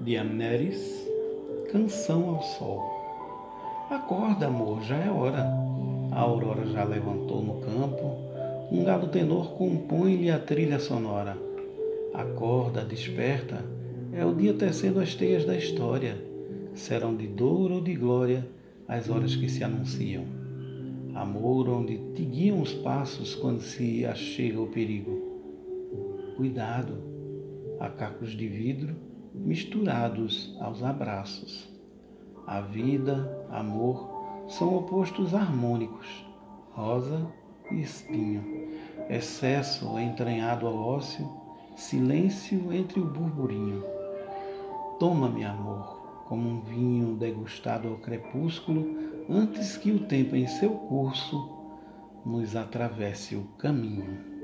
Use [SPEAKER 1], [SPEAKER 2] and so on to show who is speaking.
[SPEAKER 1] de Amneris, Canção ao Sol. Acorda, amor, já é hora. A aurora já levantou no campo, um galo tenor compõe-lhe a trilha sonora. Acorda, desperta, é o dia tecendo as teias da história. Serão de dor ou de glória as horas que se anunciam. Amor, onde te guiam os passos quando se achega o perigo. Cuidado, há cacos de vidro misturados aos abraços. A vida, amor, são opostos harmônicos, rosa e espinho, excesso entranhado ao ócio, silêncio entre o burburinho. Toma-me, amor, como um vinho degustado ao crepúsculo, antes que o tempo em seu curso nos atravesse o caminho.